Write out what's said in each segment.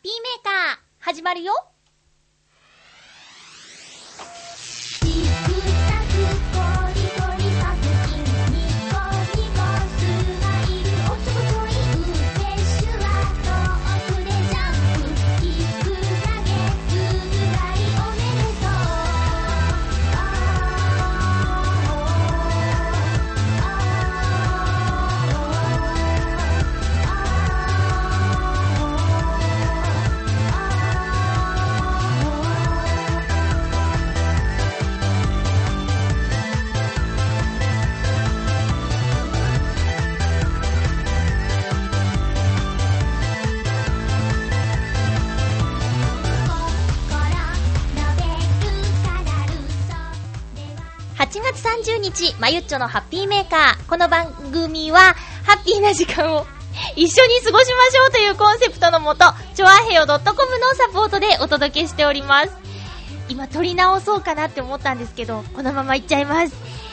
ピーメーカー始まるよ。8月30日、まゆっちょのハッピーメーカー。この番組は、ハッピーな時間を一緒に過ごしましょうというコンセプトのもと、ちょあへよ .com のサポートでお届けしております。今撮り直そうかなって思ったんですけど、このままいっちゃいます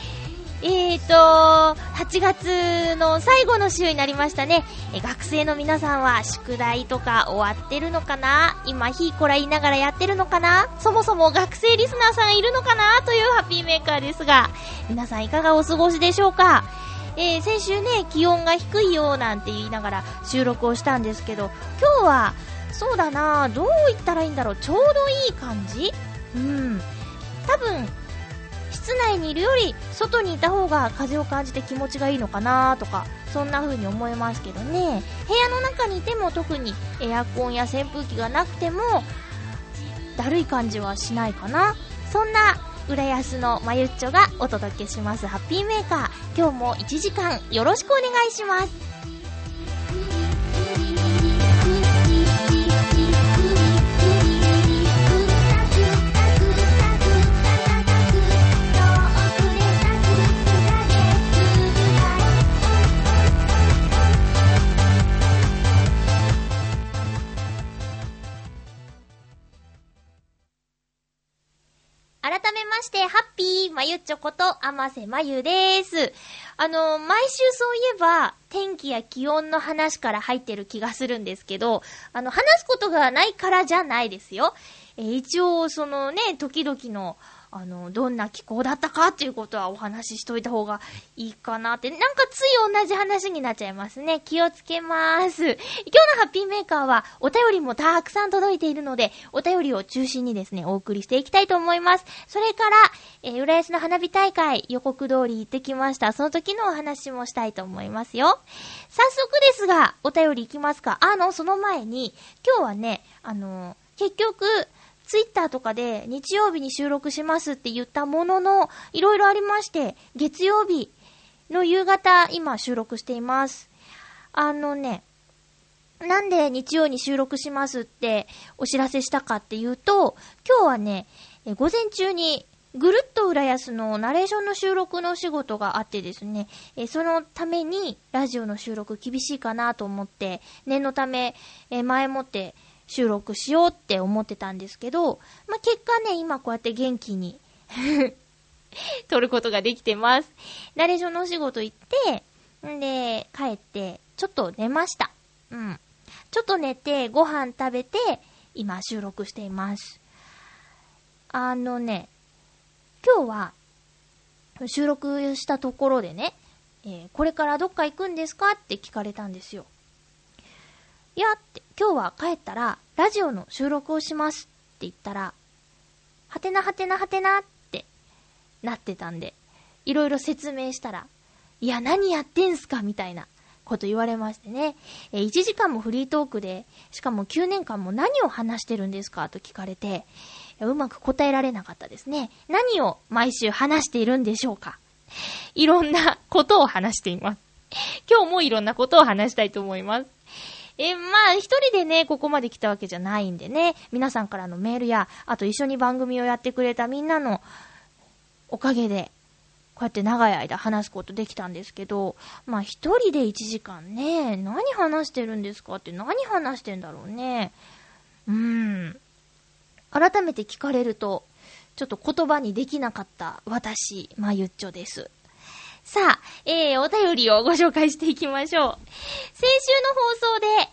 。8月の最後の週になりましたね。学生の皆さんは宿題とか終わってるのかな？今ひいこら言いながらやってるのかな？そもそも学生リスナーさんいるのかなというハッピーメーカーですが、皆さんいかがお過ごしでしょうか？先週ね、気温が低いよなんて言いながら収録をしたんですけど、今日はそうだな、どう言ったらいいんだろう、ちょうどいい感じ？多分室内にいるより外にいた方が風を感じて気持ちがいいのかなとか、そんな風に思いますけどね。部屋の中にいても特にエアコンや扇風機がなくてもだるい感じはしないかな。そんな浦安のまゆっちょがお届けしますハッピーメーカー。今日も1時間よろしくお願いします。改めまして、ハッピーまゆっちょこと甘瀬まゆです。毎週そういえば、天気や気温の話から入ってる気がするんですけど、話すことがないからじゃないですよ。一応、そのね、時々の、どんな気候だったかっていうことはお話ししといた方がいいかなって、なんかつい同じ話になっちゃいますね。気をつけます。今日のハッピーメーカーはお便りもたくさん届いているので、お便りを中心にですね、お送りしていきたいと思います。それから、浦安の花火大会予告通り行ってきました。その時のお話もしたいと思いますよ。早速ですが、お便りいきますか。その前に、今日はね、結局、ツイッターとかで日曜日に収録しますって言ったものの、いろいろありまして、月曜日の夕方、今収録しています。なんで日曜に収録しますってお知らせしたかっていうと、今日はね、午前中にぐるっと浦安のナレーションの収録のお仕事があってですね、そのためにラジオの収録厳しいかなと思って、念のため、前もって収録しようって思ってたんですけど、結果ね、今こうやって元気に撮ることができてます。ナレーションのお仕事行って、で、帰って、ちょっと寝ました。ちょっと寝て、ご飯食べて、今収録しています。今日は、収録したところでね、これからどっか行くんですかって聞かれたんですよ。いやって、今日は帰ったらラジオの収録をしますって言ったら、はてなはてなはてなってなってたんで、いろいろ説明したら、いや何やってんすかみたいなこと言われましてね。1時間もフリートークで、しかも9年間も何を話してるんですかと聞かれて、うまく答えられなかったですね。何を毎週話しているんでしょうか。いろんなことを話しています。今日もいろんなことを話したいと思います。一人でね、ここまで来たわけじゃないんでね、皆さんからのメールや、あと一緒に番組をやってくれたみんなのおかげで、こうやって長い間話すことできたんですけど、一人で1時間ね、何話してるんですかって、何話してんだろうね。改めて聞かれると、ちょっと言葉にできなかった私、まゆっちょです。さあ、お便りをご紹介していきましょう。先週の放送で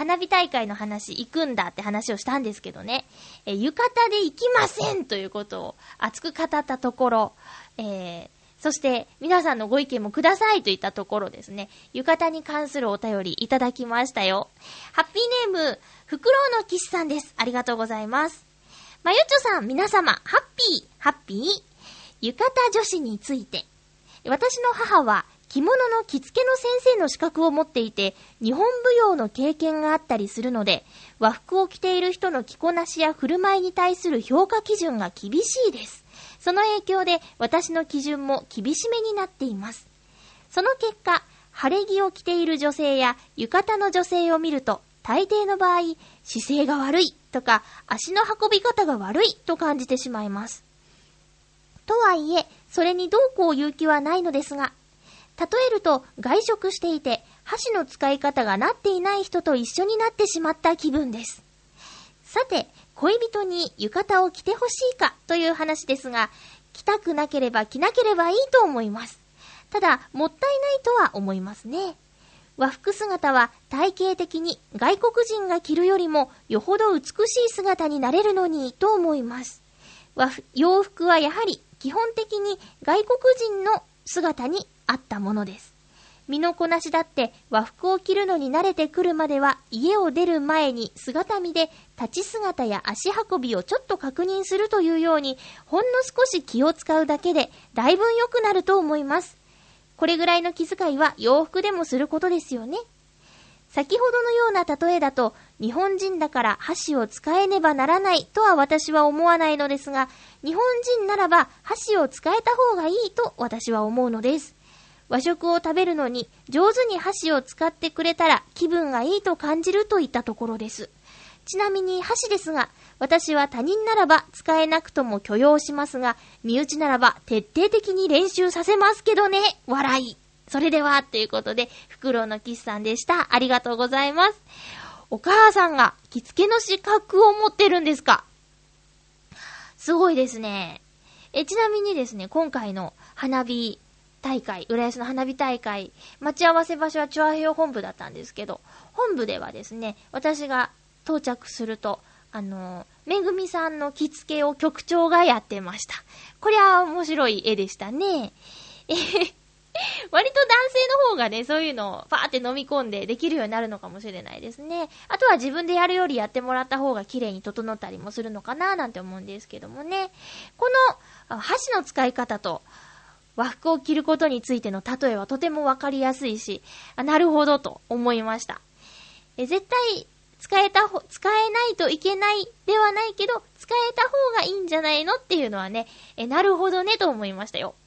花火大会の話行くんだって話をしたんですけどね、浴衣で行きませんということを熱く語ったところ、そして皆さんのご意見もくださいといったところですね、浴衣に関するお便りいただきましたよ。ハッピーネーム、フクロウの騎士さんです。ありがとうございます。まゆっちょさん、皆様、ハッピー。浴衣女子について。私の母は着物の着付けの先生の資格を持っていて、日本舞踊の経験があったりするので、和服を着ている人の着こなしや振る舞いに対する評価基準が厳しいです。その影響で私の基準も厳しめになっています。その結果、晴れ着を着ている女性や浴衣の女性を見ると、大抵の場合、姿勢が悪いとか足の運び方が悪いと感じてしまいます。とはいえ、それにどうこう言う気はないのですが、例えると外食していて箸の使い方がなっていない人と一緒になってしまった気分です。さて、恋人に浴衣を着てほしいかという話ですが、着たくなければ着なければいいと思います。ただ、もったいないとは思いますね。和服姿は体型的に外国人が着るよりもよほど美しい姿になれるのにと思います。洋服はやはり基本的に外国人の姿に合ったものです。身のこなしだって和服を着るのに慣れてくるまでは家を出る前に姿見で立ち姿や足運びをちょっと確認するというようにほんの少し気を使うだけでだいぶ良くなると思います。これぐらいの気遣いは洋服でもすることですよね。先ほどのような例えだと日本人だから箸を使えねばならないとは私は思わないのですが、日本人ならば箸を使えた方がいいと私は思うのです。和食を食べるのに上手に箸を使ってくれたら気分がいいと感じるといったところです。ちなみに箸ですが、私は他人ならば使えなくとも許容しますが、身内ならば徹底的に練習させますけどね。笑い。それではということで、フクロウのキスさんでした。ありがとうございます。お母さんが着付けの資格を持ってるんですか？すごいですね。ちなみにですね、今回の花火大会、浦安の花火大会、待ち合わせ場所はチュアヘヨ本部だったんですけど、本部ではですね、私が到着すると、めぐみさんの着付けを局長がやってました。こりゃ面白い絵でしたね。割と男性の方がね、そういうのをパーって飲み込んでできるようになるのかもしれないですね。あとは自分でやるよりやってもらった方が綺麗に整ったりもするのかななんて思うんですけどもね。この箸の使い方と和服を着ることについての例えはとてもわかりやすいし、なるほどと思いました。絶対使えないといけないではないけど、使えた方がいいんじゃないのっていうのはね、なるほどねと思いましたよ。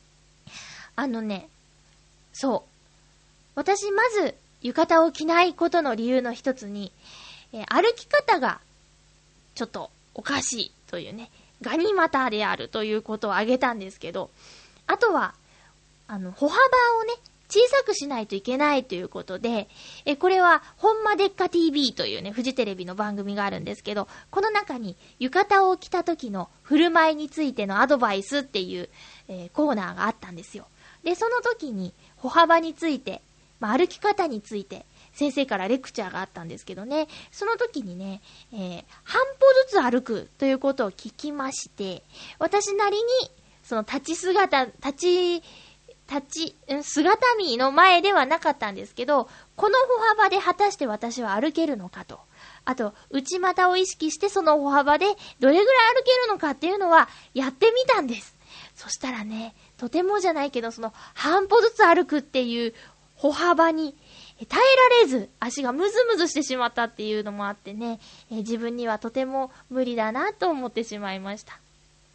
そう。私まず浴衣を着ないことの理由の一つに、歩き方がちょっとおかしいというね、ガニ股であるということを挙げたんですけど、あとは、歩幅をね、小さくしないといけないということで、これは、ほんまでっか TV というね、フジテレビの番組があるんですけど、この中に浴衣を着た時の振る舞いについてのアドバイスっていう、コーナーがあったんですよ。で、その時に歩幅について、歩き方について先生からレクチャーがあったんですけどね、その時にね、半歩ずつ歩くということを聞きまして、私なりにその姿見の前ではなかったんですけど、この歩幅で果たして私は歩けるのかと、あと内股を意識してその歩幅でどれぐらい歩けるのかっていうのはやってみたんです。そしたらね、とてもじゃないけどその半歩ずつ歩くっていう歩幅に耐えられず足がムズムズしてしまったっていうのもあってね、自分にはとても無理だなと思ってしまいました。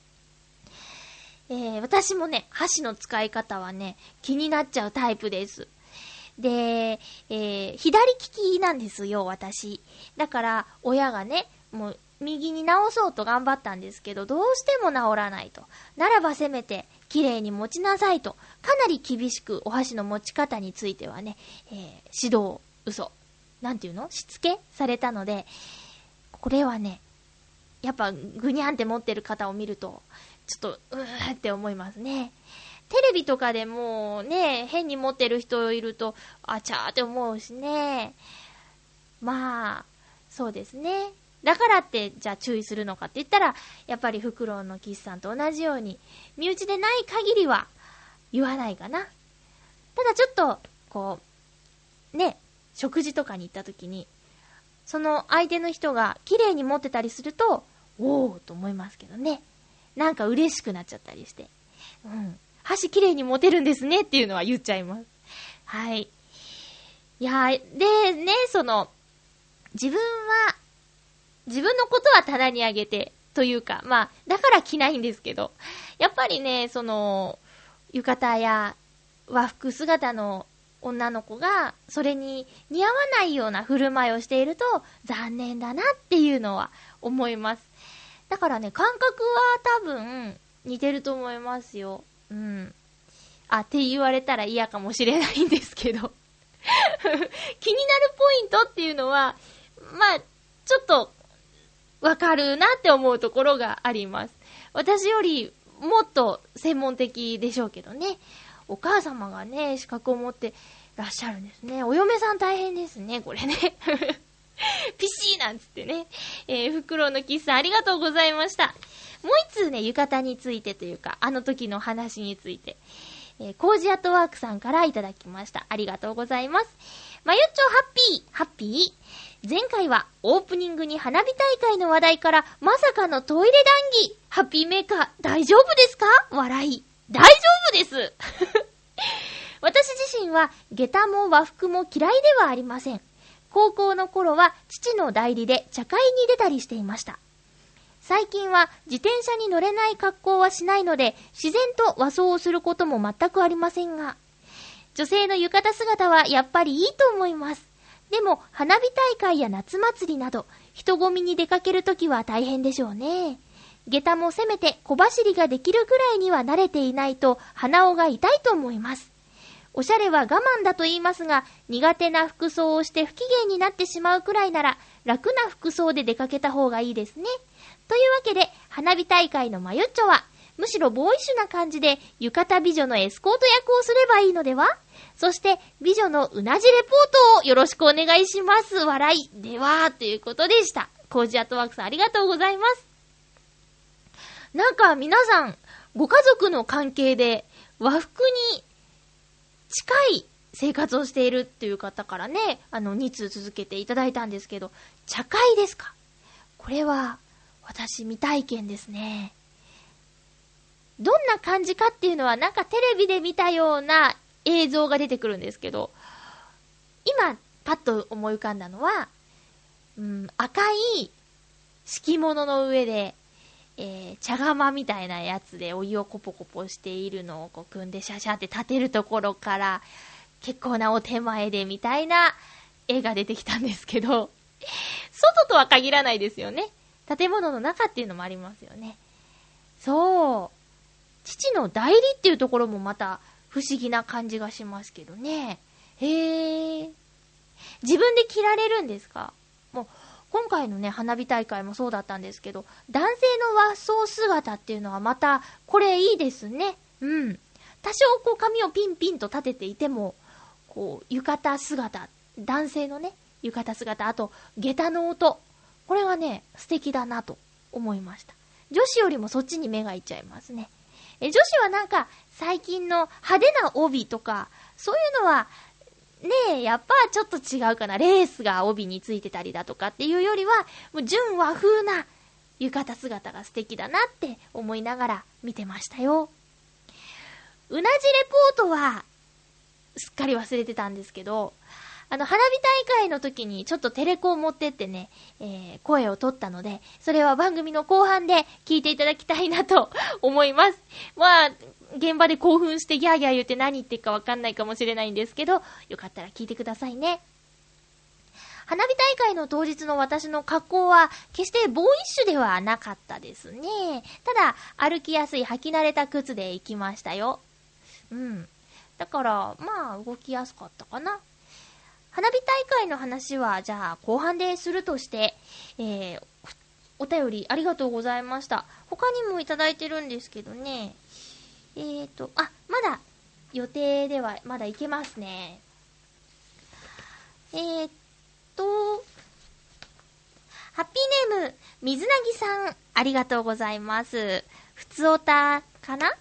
私もね、箸の使い方はね、気になっちゃうタイプです。で、左利きなんですよ、私。だから親がね、もう右に直そうと頑張ったんですけど、どうしても直らないと。ならばせめて綺麗に持ちなさいと、かなり厳しくお箸の持ち方についてはね、指導、なんていうの？しつけされたので、これはね、やっぱぐにゃんって持ってる方を見ると、ちょっと、って思いますね。テレビとかでもね、変に持ってる人いると、あちゃーって思うしね。 まあ、そうですね。だからって、じゃあ注意するのかって言ったら、やっぱりフクロウのキスさんと同じように、身内でない限りは言わないかな。ただちょっと、こう、ね、食事とかに行った時に、その相手の人が綺麗に持ってたりすると、おーと思いますけどね。なんか嬉しくなっちゃったりして。うん。箸綺麗に持てるんですねっていうのは言っちゃいます。はい。いやー、でね、自分のことは棚にあげて、というか、まあ、だから着ないんですけど、やっぱりね、浴衣や和服姿の女の子が、それに似合わないような振る舞いをしていると、残念だなっていうのは思います。だからね、感覚は多分、似てると思いますよ。うん。あ、って言われたら嫌かもしれないんですけど。気になるポイントっていうのは、まあ、ちょっと、わかるなって思うところがあります。私よりもっと専門的でしょうけどね。お母様がね、資格を持ってらっしゃるんですね。お嫁さん大変ですね、これね。ピシーなんつってね。フクロウのキスさんありがとうございました。もう一通ね、浴衣についてというか、あの時の話について。コージアットワークさんからいただきました。ありがとうございます。まゆっちょハッピー。前回はオープニングに花火大会の話題からまさかのトイレ談義。ハッピーメーカー大丈夫ですか？笑い。大丈夫です。私自身は下駄も和服も嫌いではありません。高校の頃は父の代理で茶会に出たりしていました。最近は自転車に乗れない格好はしないので、自然と和装をすることも全くありませんが、女性の浴衣姿はやっぱりいいと思います。でも、花火大会や夏祭りなど、人混みに出かけるときは大変でしょうね。下駄もせめて小走りができるぐらいには慣れていないと鼻緒が痛いと思います。おしゃれは我慢だと言いますが、苦手な服装をして不機嫌になってしまうくらいなら、楽な服装で出かけた方がいいですね。というわけで、花火大会のマユッチョは、むしろボーイッシュな感じで、浴衣美女のエスコート役をすればいいのでは？そして、美女のうなじレポートをよろしくお願いします。笑い。では、ということでした。コージアットワークさんありがとうございます。なんか皆さん、ご家族の関係で和服に近い生活をしているっていう方からね、2通続けていただいたんですけど、茶会ですか？これは、私未体験ですね。どんな感じかっていうのはなんかテレビで見たような映像が出てくるんですけど、今パッと思い浮かんだのは、赤い敷物の上で、茶釜みたいなやつでお湯をコポコポしているのをこう組んでシャシャって立てるところから結構なお手前でみたいな絵が出てきたんですけど、外とは限らないですよね。建物の中っていうのもありますよね。そう。父の代理っていうところもまた不思議な感じがしますけどね。へー。自分で着られるんですか？もう、今回のね、花火大会もそうだったんですけど、男性の和装姿っていうのはまた、これいいですね。うん。多少こう髪をピンピンと立てていても、こう、浴衣姿、男性のね、浴衣姿、あと、下駄の音。これがね、素敵だなと思いました。女子よりもそっちに目がいっちゃいますね。女子はなんか、最近の派手な帯とか、そういうのは、ねえ、やっぱちょっと違うかな。レースが帯についてたりだとかっていうよりは、もう純和風な浴衣姿が素敵だなって思いながら見てましたよ。うなじレポートは、すっかり忘れてたんですけど、花火大会の時にちょっとテレコを持ってってね、声を取ったので、それは番組の後半で聞いていただきたいなと思います。まあ、現場で興奮してギャーギャー言って何言ってるかわかんないかもしれないんですけど、よかったら聞いてくださいね。花火大会の当日の私の格好は決してボーイッシュではなかったですね。ただ、歩きやすい履き慣れた靴で行きましたよ。うん。だから、まあ、動きやすかったかな。花火大会の話は、じゃあ、後半でするとして、お便りありがとうございました。他にもいただいてるんですけどね。まだ、予定では、まだいけますね。 水なぎさん、ありがとうございます。ふつおたかな？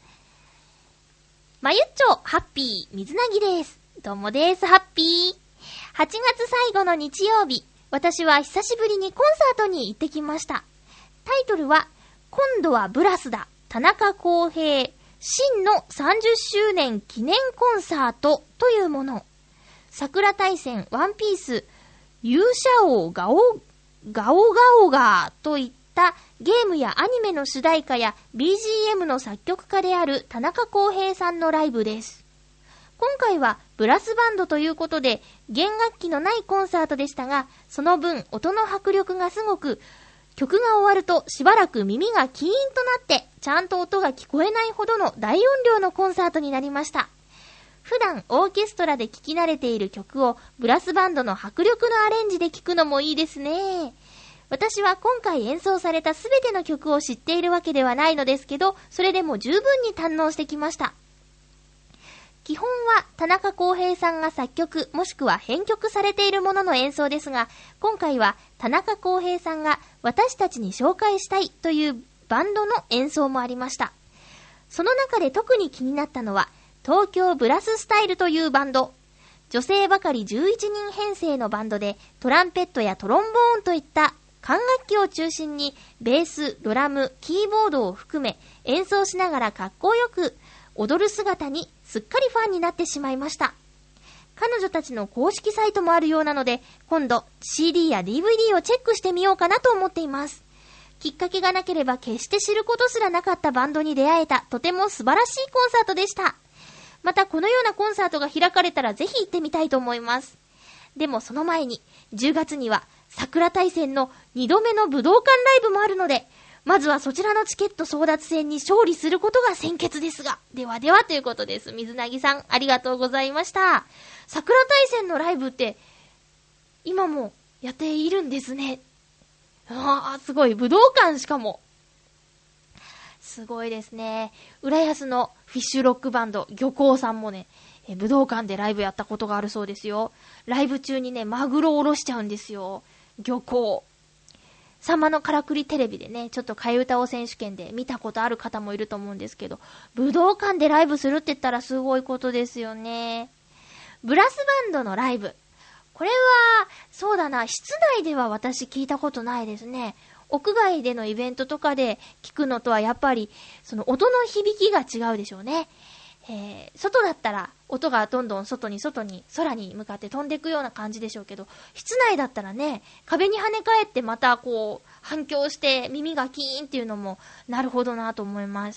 まゆっちょ、ハッピー、水なぎです。どうもです、ハッピー。8月最後の日曜日、私は久しぶりにコンサートに行ってきました。タイトルは、今度はブラスだ、田中康平、真の30周年記念コンサートというもの。桜大戦、ワンピース、勇者王ガオガオガーといったゲームやアニメの主題歌や BGM の作曲家である田中康平さんのライブです。今回はブラスバンドということで弦楽器のないコンサートでしたが、その分音の迫力がすごく、曲が終わるとしばらく耳がキーンとなってちゃんと音が聞こえないほどの大音量のコンサートになりました。普段オーケストラで聴き慣れている曲をブラスバンドの迫力のアレンジで聴くのもいいですね。私は今回演奏されたすべての曲を知っているわけではないのですけど、それでも十分に堪能してきました。基本は田中康平さんが作曲もしくは編曲されているものの演奏ですが、今回は田中康平さんが私たちに紹介したいというバンドの演奏もありました。その中で特に気になったのは東京ブラススタイルというバンド。女性ばかり11人編成のバンドで、トランペットやトロンボーンといった管楽器を中心にベース、ドラム、キーボードを含め演奏しながらかっこよく踊る姿にすっかりファンになってしまいました。彼女たちの公式サイトもあるようなので、今度 CD や DVD をチェックしてみようかなと思っています。きっかけがなければ決して知ることすらなかったバンドに出会えた、とても素晴らしいコンサートでした。またこのようなコンサートが開かれたらぜひ行ってみたいと思います。でもその前に10月には桜大戦の2度目の武道館ライブもあるので、まずはそちらのチケット争奪戦に勝利することが先決ですが、ではではということです。水なぎさん、ありがとうございました。桜大戦のライブって今もやっているんですね。すごい。武道館しかも。すごいですね。浦安のフィッシュロックバンド、漁港さんもね、武道館でライブやったことがあるそうですよ。ライブ中にね、マグロをおろしちゃうんですよ。漁港。さんまのからくりテレビでね、ちょっと替え歌を選手権で見たことある方もいると思うんですけど、武道館でライブするって言ったらすごいことですよね。ブラスバンドのライブ。これは、そうだな、室内では私聞いたことないですね。屋外でのイベントとかで聞くのとはやっぱりその音の響きが違うでしょうね。外だったら音がどんどん空に空に向かって飛んでいくような感じでしょうけど、室内だったらね、壁に跳ね返ってまたこう反響して耳がキーンっていうのもなるほどなと思います。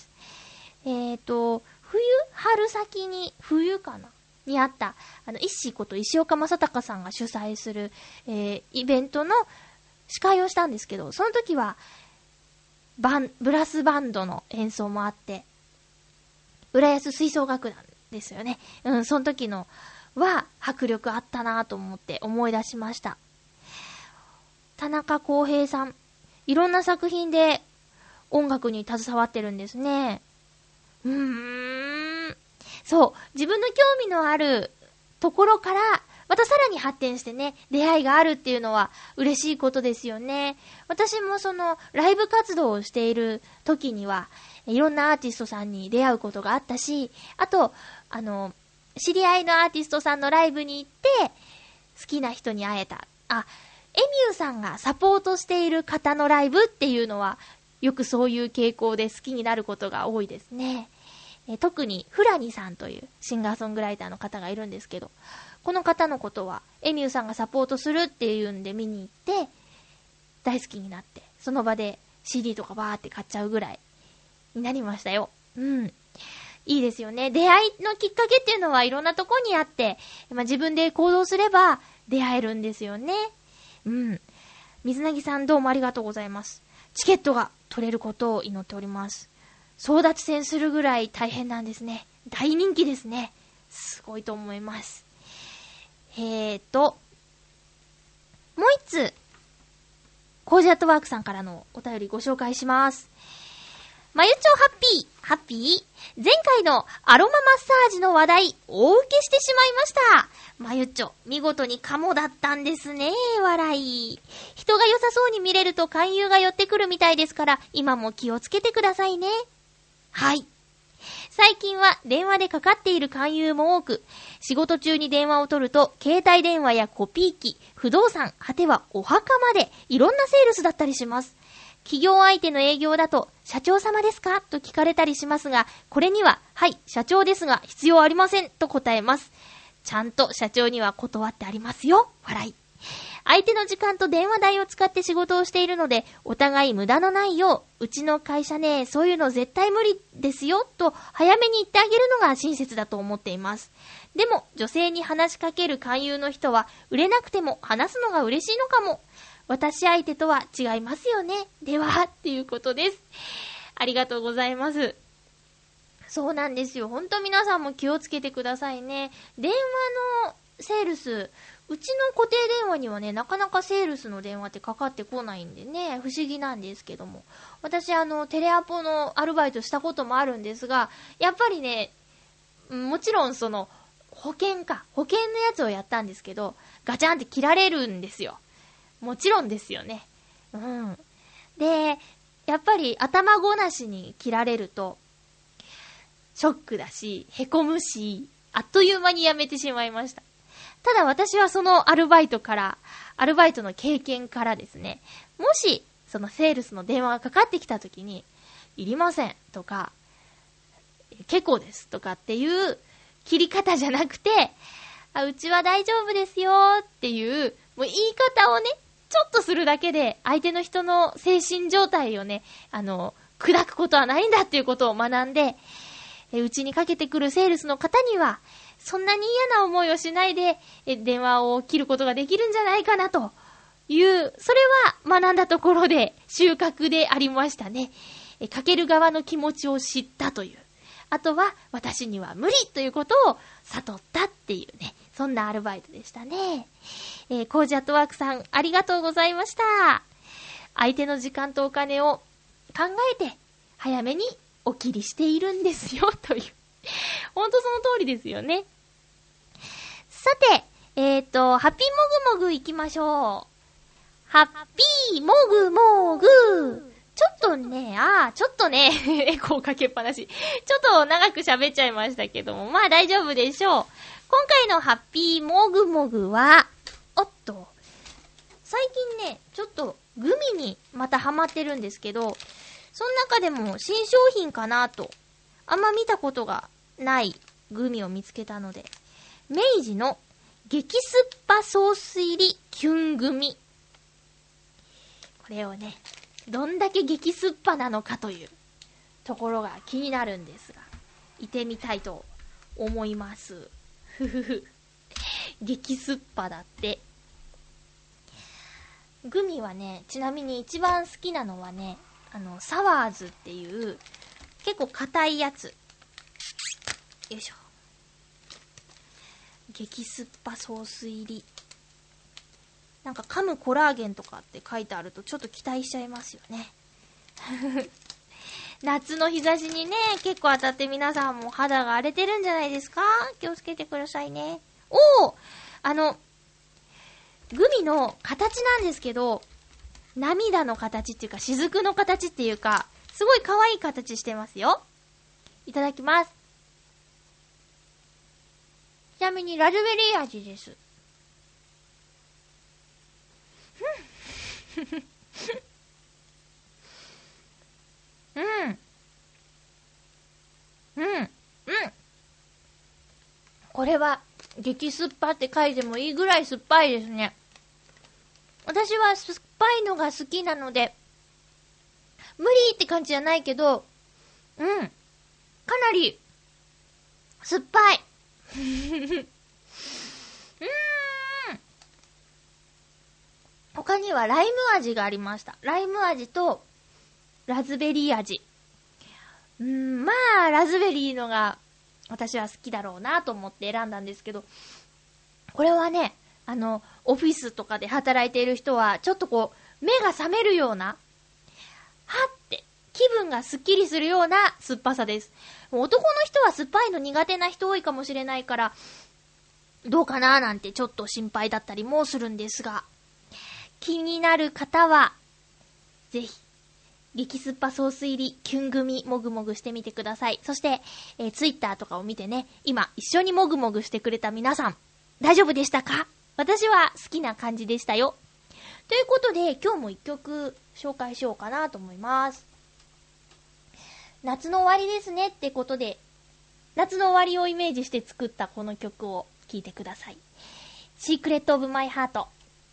春先に冬かなにあった石こと石岡正隆さんが主催する、イベントの司会をしたんですけど、その時はブラスバンドの演奏もあって、浦安吹奏楽団ですよね。その時のは迫力あったなと思って思い出しました。田中康平さん、いろんな作品で音楽に携わってるんですね。そう、自分の興味のあるところからまたさらに発展してね、出会いがあるっていうのは嬉しいことですよね。私もそのライブ活動をしている時にはいろんなアーティストさんに出会うことがあったし、あと知り合いのアーティストさんのライブに行って好きな人に会えた。エミューさんがサポートしている方のライブっていうのはよくそういう傾向で好きになることが多いですね。特にフラニさんというシンガーソングライターの方がいるんですけど、この方のことはエミューさんがサポートするっていうんで見に行って大好きになって、その場で CD とかバーって買っちゃうぐらいになりましたよ。いいですよね。出会いのきっかけっていうのはいろんなとこにあって、自分で行動すれば出会えるんですよね。水なぎさん、どうもありがとうございます。チケットが取れることを祈っております。争奪戦するぐらい大変なんですね。大人気ですね。すごいと思います。もう一つコージアットワークさんからのお便りご紹介します。 まゆちょハッピー。前回のアロママッサージの話題、大受けしてしまいました。まゆちょ、見事にカモだったんですね。笑い。人が良さそうに見れると勧誘が寄ってくるみたいですから、今も気をつけてくださいね。はい。最近は電話でかかっている勧誘も多く、仕事中に電話を取ると、携帯電話やコピー機、不動産、果てはお墓まで、いろんなセールスだったりします。企業相手の営業だと、社長様ですかと聞かれたりしますが、これには、はい、社長ですが、必要ありません、と答えます。ちゃんと社長には断ってありますよ、笑い。相手の時間と電話代を使って仕事をしているので、お互い無駄のないよう、うちの会社ね、そういうの絶対無理ですよ、と早めに言ってあげるのが親切だと思っています。でも、女性に話しかける勧誘の人は、売れなくても話すのが嬉しいのかも。私相手とは違いますよね。では、っていうことです。ありがとうございます。そうなんですよ。ほんと皆さんも気をつけてくださいね。電話のセールス、うちの固定電話にはね、なかなかセールスの電話ってかかってこないんでね、不思議なんですけども。私テレアポのアルバイトしたこともあるんですが、やっぱりね、もちろん保険のやつをやったんですけど、ガチャンって切られるんですよ。もちろんですよね。うん。で、やっぱり頭ごなしに切られると、ショックだし、へこむし、あっという間に辞めてしまいました。ただ私はそのアルバイトの経験からですね、もし、そのセールスの電話がかかってきたときに、いりませんとか、結構ですとかっていう切り方じゃなくて、うちは大丈夫ですよっていう、もう言い方をね、ちょっとするだけで、相手の人の精神状態をね、砕くことはないんだっていうことを学んで、うちにかけてくるセールスの方には、そんなに嫌な思いをしないで、電話を切ることができるんじゃないかなという、それは学んだところで収穫でありましたね。かける側の気持ちを知ったという。あとは、私には無理ということを悟ったっていうね、そんなアルバイトでしたね。コージアットワークさん、ありがとうございました。相手の時間とお金を考えて、早めにお切りしているんですよ、という。ほんとその通りですよね。さて、ハッピーもぐもぐ行きましょう。ハッピーもぐもぐ。ちょっとね、エコーかけっぱなし。ちょっと長く喋っちゃいましたけども、まあ大丈夫でしょう。今回のハッピーもぐもぐは、最近ね、ちょっとグミにまたハマってるんですけど、その中でも新商品かなと、あんま見たことがないグミを見つけたので、明治の激酸っぱソース入りキュングミ。これをね、どんだけ激酸っぱなのかというところが気になるんですが、いてみたいと思います。ふふふ。激酸っぱだって。グミはね、ちなみに一番好きなのはね、サワーズっていう結構硬いやつ。よいしょ。激酸っぱソース入り。なんか噛むコラーゲンとかって書いてあるとちょっと期待しちゃいますよね。夏の日差しにね、結構当たって皆さんも肌が荒れてるんじゃないですか？気をつけてくださいね。グミの形なんですけど、涙の形っていうか、雫の形っていうか、すごい可愛い形してますよ。いただきます。ちなみにラズベリー味です。うん。これは、激酸っぱって書いてもいいぐらい酸っぱいですね。私は酸っぱいのが好きなので、無理って感じじゃないけど、かなり、酸っぱい。他にはライム味がありました。ライム味とラズベリー味。まあ、ラズベリーのが私は好きだろうなと思って選んだんですけど、これはね、オフィスとかで働いている人は、ちょっとこう、目が覚めるような、はって気分がスッキリするような酸っぱさです。男の人は酸っぱいの苦手な人多いかもしれないから、どうかなーなんてちょっと心配だったりもするんですが、気になる方は、ぜひ、激酸っぱソース入りキュン組もぐもぐしてみてください。そして、ツイッターとかを見てね、今一緒にもぐもぐしてくれた皆さん、大丈夫でしたか？私は好きな感じでしたよ。ということで、今日も一曲紹介しようかなと思います。夏の終わりですねってことで、夏の終わりをイメージして作ったこの曲を聴いてください。シークレットオブマイハート。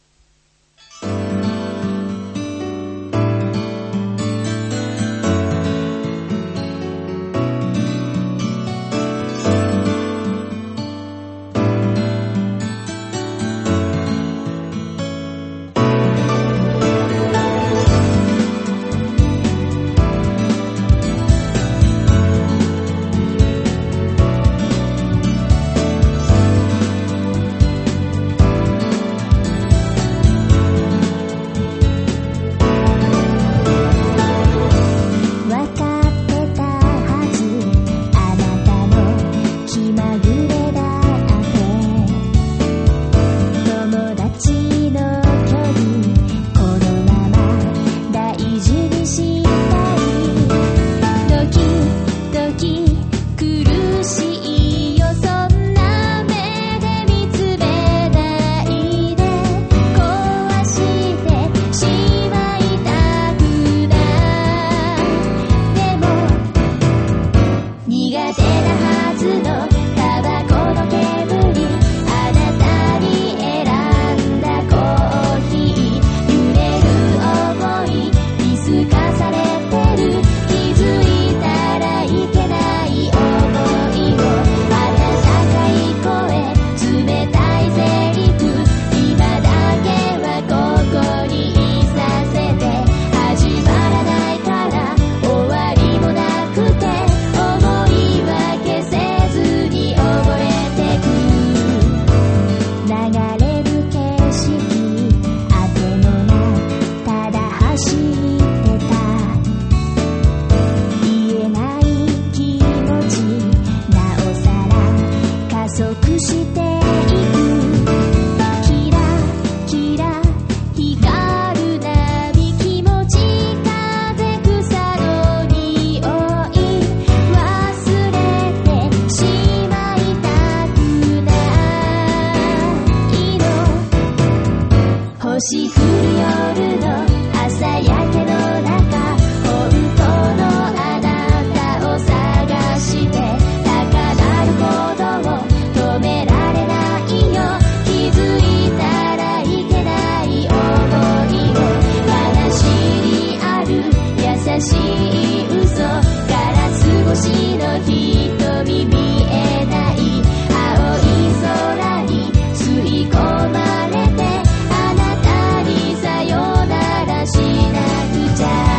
星降る夜の朝焼けの中、本当のあなたを探して高鳴る鼓動を止められないよ。気づいたらいけない想いを、悲しみある優しい嘘、ガラス越しの瞳見えない青い空に吸い込まれて、さよならしなくちゃ。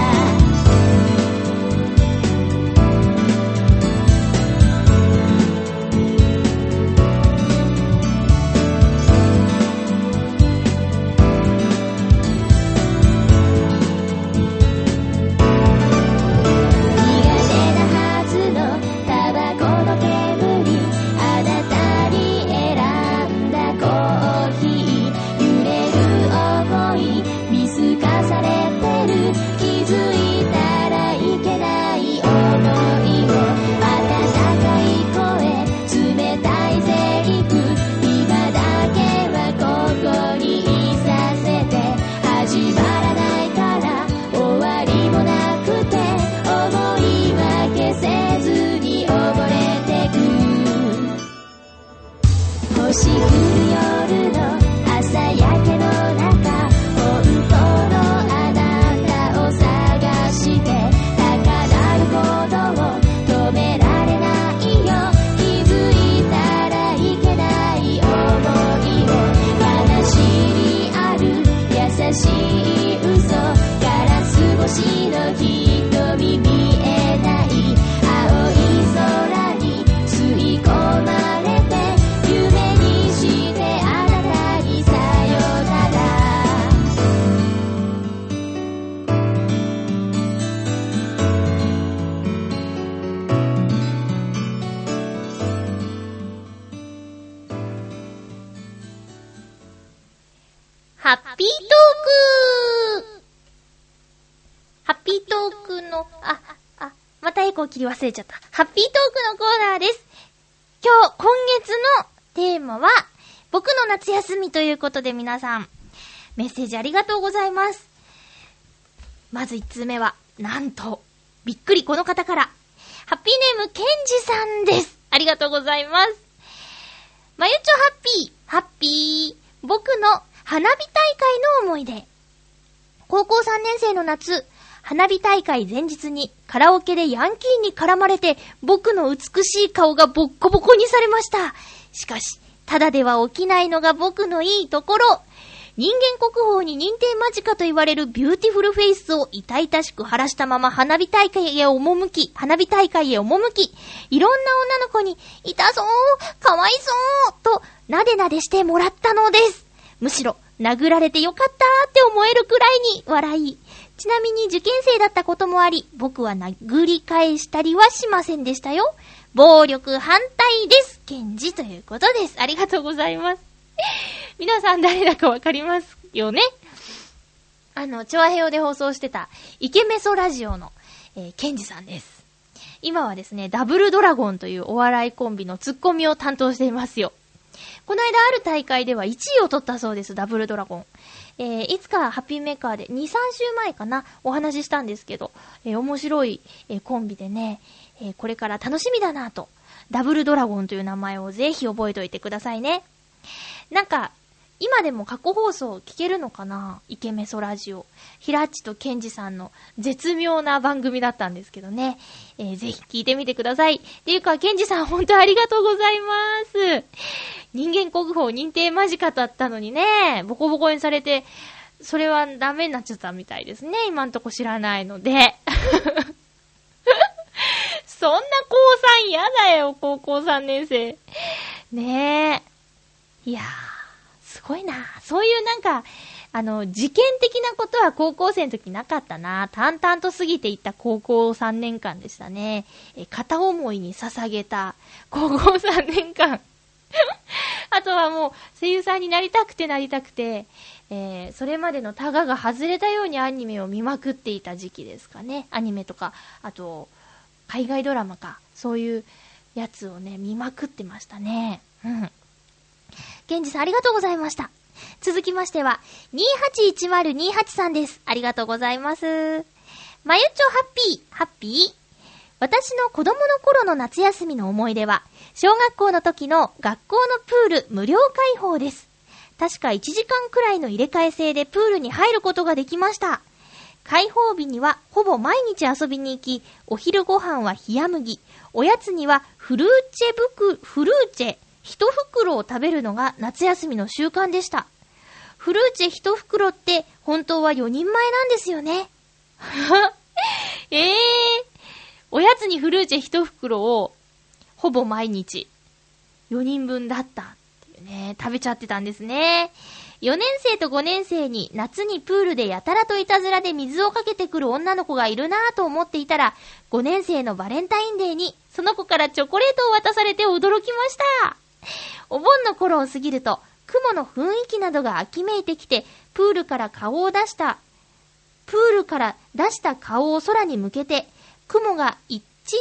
星降る夜の朝焼けの中、本当のあなたを探ピートークハッピートークの、またエコー切り忘れちゃった。ハッピートークのコーナーです。今月のテーマは、僕の夏休みということで皆さん、メッセージありがとうございます。まず1通目は、なんと、びっくりこの方から、ハッピーネームケンジさんです。ありがとうございます。まゆちょハッピー。僕の花火大会の思い出。高校3年生の夏、花火大会前日にカラオケでヤンキーに絡まれて僕の美しい顔がボッコボコにされました。しかし、ただでは起きないのが僕のいいところ。人間国宝に認定間近と言われるビューティフルフェイスを痛々しく晴らしたまま花火大会へ赴き、いろんな女の子に痛そう、かわいそうとなでなでしてもらったのです。むしろ殴られてよかったって思えるくらいに笑い。ちなみに受験生だったこともあり、僕は殴り返したりはしませんでしたよ。暴力反対です。ケンジということです。ありがとうございます。皆さん誰だかわかりますよね。チョアヘヨで放送してたイケメソラジオの、ケンジさんです。今はですね、ダブルドラゴンというお笑いコンビのツッコミを担当していますよ。この間ある大会では1位を取ったそうです、ダブルドラゴン。いつかハッピーメーカーで2、3週前かな、お話ししたんですけど、面白い、コンビでね、これから楽しみだなと、ダブルドラゴンという名前をぜひ覚えておいてくださいね。なんか、今でも過去放送聞けるのかな、イケメソラジオ。ひらっちとケンジさんの絶妙な番組だったんですけどね。ぜひ聞いてみてください。っていうか、ケンジさん本当ありがとうございます。人間国宝認定間近だったのにね、ボコボコにされて、それはダメになっちゃったみたいですね。今んとこ知らないので。そんな高3嫌だよ、高校3年生。ねえ。いやー、すごいな。そういうなんか、事件的なことは高校生の時なかったな。淡々と過ぎていった高校3年間でしたね。片思いに捧げた高校3年間。あとはもう声優さんになりたくて、それまでのタガが外れたようにアニメを見まくっていた時期ですかね。アニメとか、あと、海外ドラマか。そういうやつをね、見まくってましたね。うん。ケンジさんありがとうございました。続きましては、281028さんです。ありがとうございます。まゆちょハッピー。私の子供の頃の夏休みの思い出は、小学校の時の学校のプール無料開放です。確か1時間くらいの入れ替え制でプールに入ることができました。開放日にはほぼ毎日遊びに行き、お昼ご飯は冷麦、おやつにはフルーチェ一袋を食べるのが夏休みの習慣でした。フルーチェ一袋って本当は4人前なんですよね。おやつにフルーチェ一袋をほぼ毎日4人分だったっていうね、食べちゃってたんですね。4年生と5年生に夏にプールでやたらといたずらで水をかけてくる女の子がいるなぁと思っていたら、5年生のバレンタインデーにその子からチョコレートを渡されて驚きました。お盆の頃を過ぎると雲の雰囲気などが秋めいてきて、プールから出した顔を空に向けて雲が一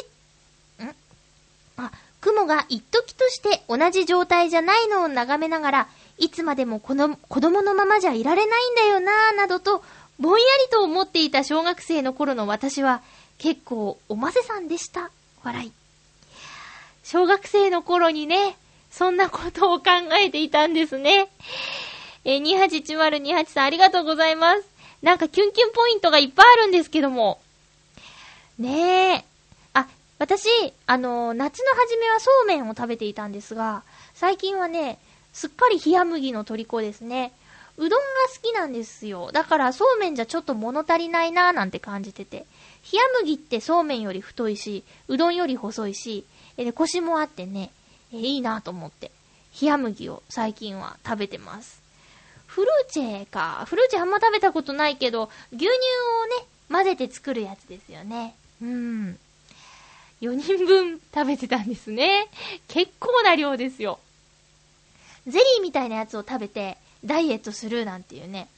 時として同じ状態じゃないのを眺めながら、いつまでも子供のままじゃいられないんだよなぁなどとぼんやりと思っていた小学生の頃の私は結構おませさんでした。笑い。小学生の頃にね、そんなことを考えていたんですね。281028さんありがとうございます。なんかキュンキュンポイントがいっぱいあるんですけども。ねえ。私、夏の初めはそうめんを食べていたんですが、最近はね、すっかり冷麦の虜ですね。うどんが好きなんですよ。だからそうめんじゃちょっと物足りないなーなんて感じてて。冷麦ってそうめんより太いし、うどんより細いし、コシもあってね、いいなと思って、冷麦を最近は食べてます。フルーチェあんま食べたことないけど、牛乳をね、混ぜて作るやつですよね。4人分食べてたんですね。結構な量ですよ。ゼリーみたいなやつを食べてダイエットするなんていうね、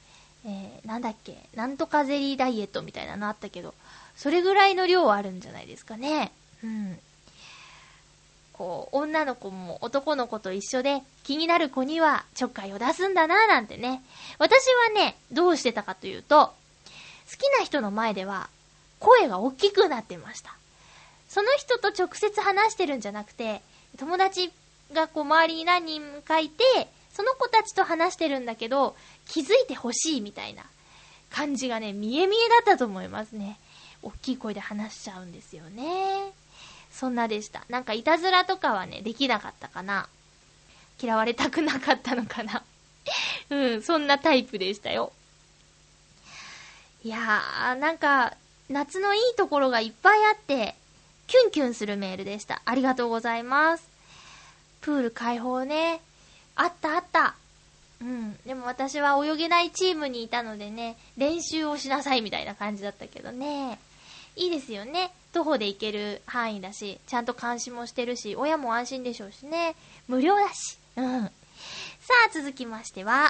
なんだっけ、なんとかゼリーダイエットみたいなのあったけど、それぐらいの量あるんじゃないですかね。うん。こう、女の子も男の子と一緒で気になる子にはちょっかいを出すんだななんてね。私はね、どうしてたかというと、好きな人の前では声が大きくなってました。その人と直接話してるんじゃなくて、友達がこう周りに何人かいて、その子たちと話してるんだけど、気づいてほしいみたいな感じがね、見え見えだったと思いますね。大きい声で話しちゃうんですよね。そんなでした。なんかいたずらとかはね、できなかったかな。嫌われたくなかったのかな。うん、そんなタイプでしたよ。いやー、なんか、夏のいいところがいっぱいあって、キュンキュンするメールでした。ありがとうございます。プール開放ね。あったあった。うん。でも私は泳げないチームにいたのでね、練習をしなさいみたいな感じだったけどね。いいですよね。徒歩で行ける範囲だし、ちゃんと監視もしてるし、親も安心でしょうしね。無料だし。うん。さあ、続きましては、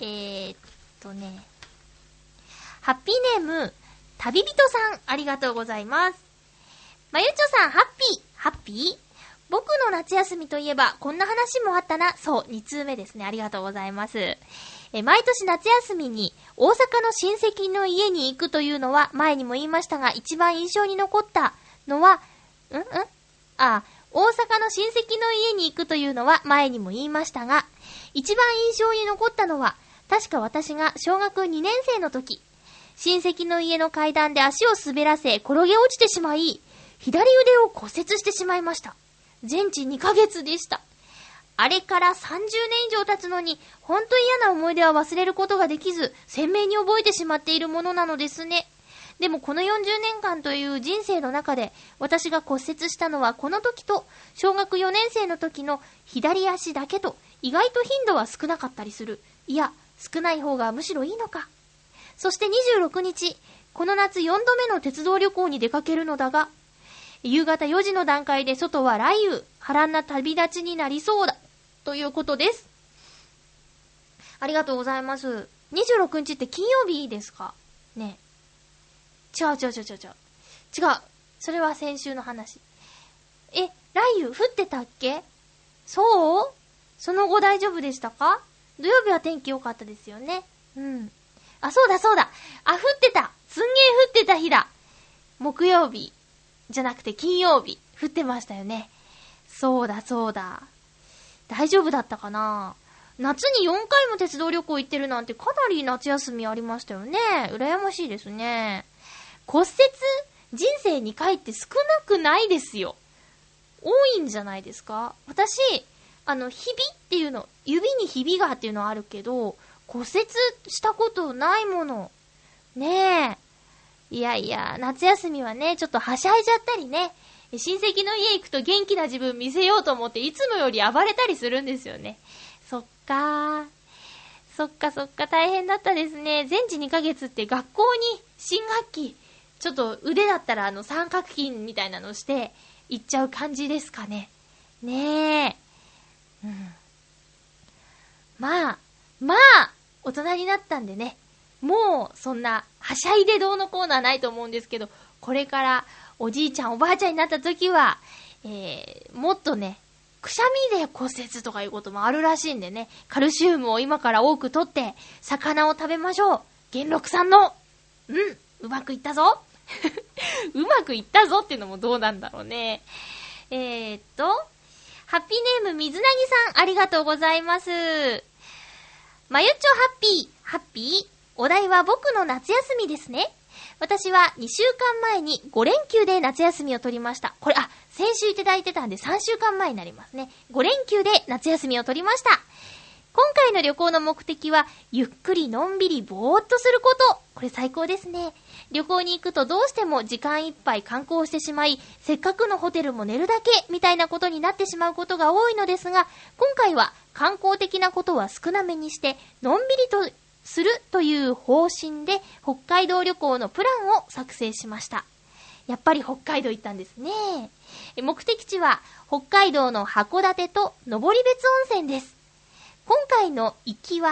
ハッピーネーム、旅人さん、ありがとうございます。まゆちょさん、ハッピー僕の夏休みといえば、こんな話もあったな。そう、2通目ですね。ありがとうございます。毎年夏休みに大阪の親戚の家に行くというのは前にも言いましたが、一番印象に残ったのは、大阪の親戚の家に行くというのは前にも言いましたが、一番印象に残ったのは、確か私が小学2年生の時、親戚の家の階段で足を滑らせ転げ落ちてしまい、左腕を骨折してしまいました。全治2ヶ月でした。あれから30年以上経つのに、ほんと嫌な思い出は忘れることができず、鮮明に覚えてしまっているものなのですね。でもこの40年間という人生の中で、私が骨折したのはこの時と、小学4年生の時の左足だけと、意外と頻度は少なかったりする。いや、少ない方がむしろいいのか。そして26日、この夏4度目の鉄道旅行に出かけるのだが、夕方4時の段階で外は雷雨、波乱な旅立ちになりそうだ。ということです。ありがとうございます。26日って金曜日ですかね。違う。違う。それは先週の話。雷雨降ってたっけ？そう？その後大丈夫でしたか？土曜日は天気良かったですよね。うん。あ、そうだ。降ってた。すんげー降ってた日だ。木曜日。じゃなくて金曜日。降ってましたよね。そうだ。大丈夫だったかな？夏に4回も鉄道旅行行ってるなんてかなり夏休みありましたよね。羨ましいですね。骨折人生2回って少なくないですよ。多いんじゃないですか？私、ひびっていうの、指にひびがっていうのはあるけど、骨折したことないもの。ねえ。いや、夏休みはね、ちょっとはしゃいじゃったりね。親戚の家行くと元気な自分見せようと思っていつもより暴れたりするんですよね。そっか、大変だったですね。全治2ヶ月って学校に新学期、ちょっと腕だったら三角筋みたいなのして行っちゃう感じですかね。ねえ。うん。まあ、大人になったんでね。もうそんなはしゃいでどうのこうのはないと思うんですけど、これからおじいちゃんおばあちゃんになった時は、もっとね、くしゃみで骨折とかいうこともあるらしいんでね、カルシウムを今から多く取って魚を食べましょう。元禄さんのうまくいったぞうまくいったぞっていうのもどうなんだろうね。ハッピーネーム水なぎさん、ありがとうございます。まゆっちょハッピーお題は僕の夏休みですね。私は2週間前に5連休で夏休みを取りました。これ、先週いただいてたんで3週間前になりますね。5連休で夏休みを取りました。今回の旅行の目的は、ゆっくりのんびりぼーっとすること。これ最高ですね。旅行に行くとどうしても時間いっぱい観光してしまい、せっかくのホテルも寝るだけみたいなことになってしまうことが多いのですが、今回は観光的なことは少なめにして、のんびりとするという方針で北海道旅行のプランを作成しました。やっぱり北海道行ったんですね。目的地は北海道の函館と登別温泉です。今回の行きは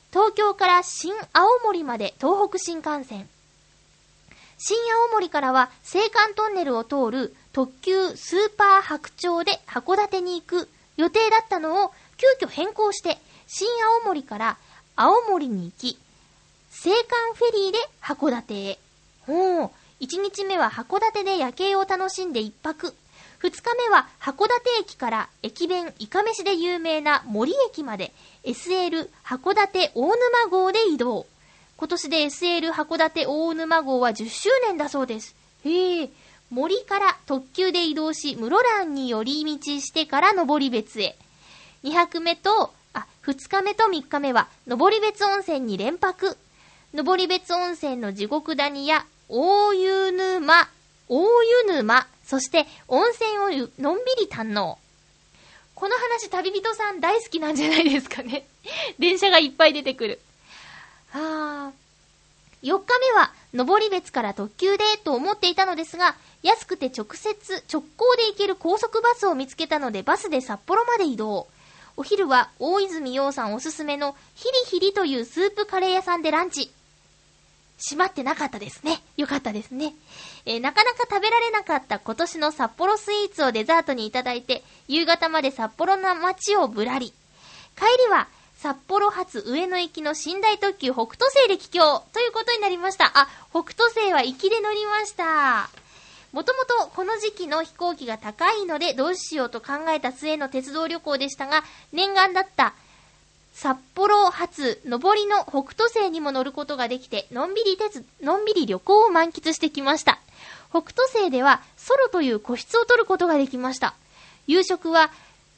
東京から新青森まで東北新幹線。新青森からは青函トンネルを通る特急スーパー白鳥で函館に行く予定だったのを急遽変更して、新青森から青森に行き、青函フェリーで函館へ。1日目は函館で夜景を楽しんで一泊。2日目は函館駅から駅弁いかめしで有名な森駅まで SL 函館大沼号で移動。今年で SL 函館大沼号は10周年だそうです。森から特急で移動し、室蘭に寄り道してから登別へ。2日目と3日目は登別温泉に連泊。登別温泉の地獄谷や大湯沼、そして温泉をのんびり堪能。この話旅人さん大好きなんじゃないですかね。電車がいっぱい出てくる。4日目は登別から特急でと思っていたのですが、安くて直行で行ける高速バスを見つけたのでバスで札幌まで移動。お昼は大泉洋さんおすすめのヒリヒリというスープカレー屋さんでランチ。閉まってなかったですね。よかったですね。なかなか食べられなかった今年の札幌スイーツをデザートにいただいて、夕方まで札幌の街をぶらり。帰りは札幌発上野行きの寝台特急北斗星で帰郷ということになりました。北斗星は行きで乗りました。もともとこの時期の飛行機が高いのでどうしようと考えた末の鉄道旅行でしたが、念願だった札幌発上りの北斗星にも乗ることができて、のんびり旅行を満喫してきました。北斗星ではソロという個室を取ることができました。夕食は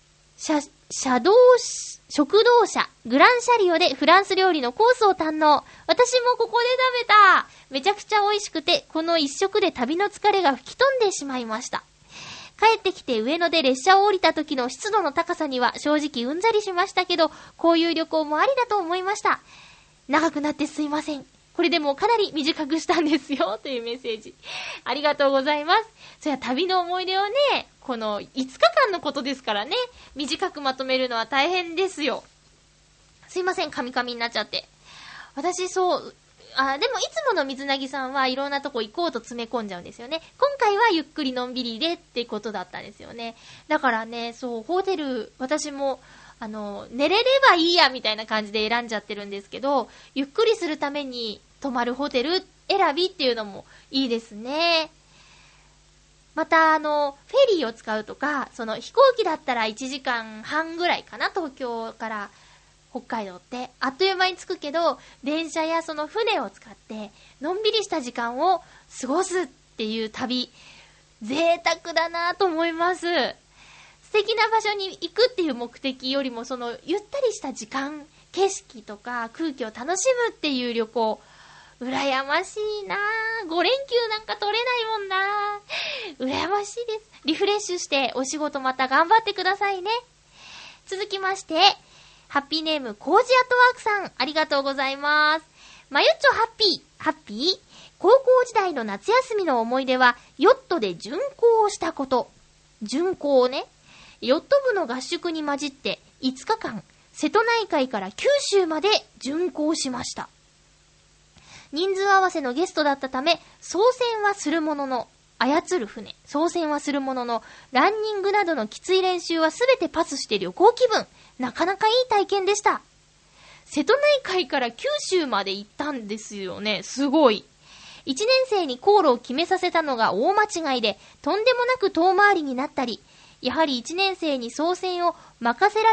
食堂車グランシャリオでフランス料理のコースを堪能。私もここで食べた。めちゃくちゃ美味しくて、この一食で旅の疲れが吹き飛んでしまいました。帰ってきて上野で列車を降りた時の湿度の高さには正直うんざりしましたけど、こういう旅行もありだと思いました。長くなってすいません。これでもかなり短くしたんですよというメッセージありがとうございます。そりゃ旅の思い出をね、この5日間のことですからね、短くまとめるのは大変ですよ。すいません、カミカミになっちゃって。私でもいつもの水なぎさんはいろんなとこ行こうと詰め込んじゃうんですよね。今回はゆっくりのんびりでってことだったんですよね。だからね、ホテル、私も寝れればいいやみたいな感じで選んじゃってるんですけど、ゆっくりするために泊まるホテル選びっていうのもいいですね。またフェリーを使うとか、飛行機だったら1時間半ぐらいかな、東京から北海道ってあっという間に着くけど、電車やその船を使ってのんびりした時間を過ごすっていう旅、贅沢だなと思います。素敵な場所に行くっていう目的よりも、ゆったりした時間、景色とか空気を楽しむっていう旅行、羨ましいなぁ。5連休なんか取れないもんなぁ。羨ましいです。リフレッシュしてお仕事また頑張ってくださいね。続きまして、ハッピーネームコージアットワークさん、ありがとうございます。まゆっちょハッピー高校時代の夏休みの思い出はヨットで巡航をしたこと。巡航ね。ヨット部の合宿に混じって5日間瀬戸内海から九州まで巡航しました。人数合わせのゲストだったため、操船はするものの、操船はするものの、ランニングなどのきつい練習はすべてパスして旅行気分。なかなかいい体験でした。瀬戸内海から九州まで行ったんですよね。すごい。1年生に航路を決めさせたのが大間違いで、とんでもなく遠回りになったり、やはり1年生に操船を任せた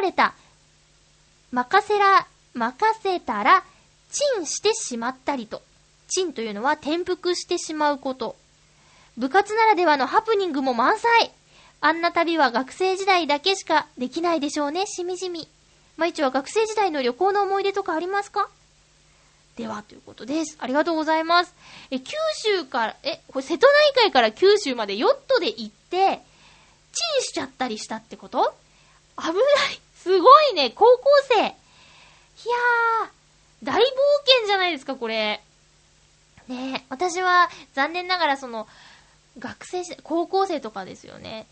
ら、チンしてしまったりと。チンというのは転覆してしまうこと。部活ならではのハプニングも満載。あんな旅は学生時代だけしかできないでしょうね。しみじみ。まいちは学生時代の旅行の思い出とかありますか？では、ということです。ありがとうございます。九州から、これ瀬戸内海から九州までヨットで行って、チンしちゃったりしたってこと？危ない。すごいね。高校生。いやー、大冒険じゃないですか、これ。ねえ、私は残念ながら高校生とかですよね。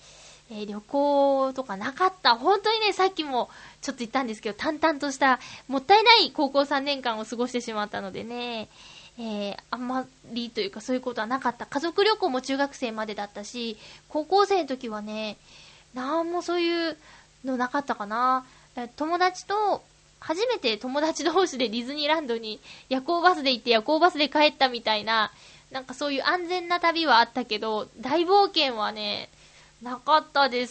旅行とかなかった。本当にね、さっきもちょっと言ったんですけど、淡々としたもったいない高校3年間を過ごしてしまったのでね、あんまりというかそういうことはなかった。家族旅行も中学生までだったし、高校生の時はね、なんもそういうのなかったかな。初めて友達同士でディズニーランドに夜行バスで行って夜行バスで帰ったみたいな、なんかそういう安全な旅はあったけど、大冒険はね、なかったです。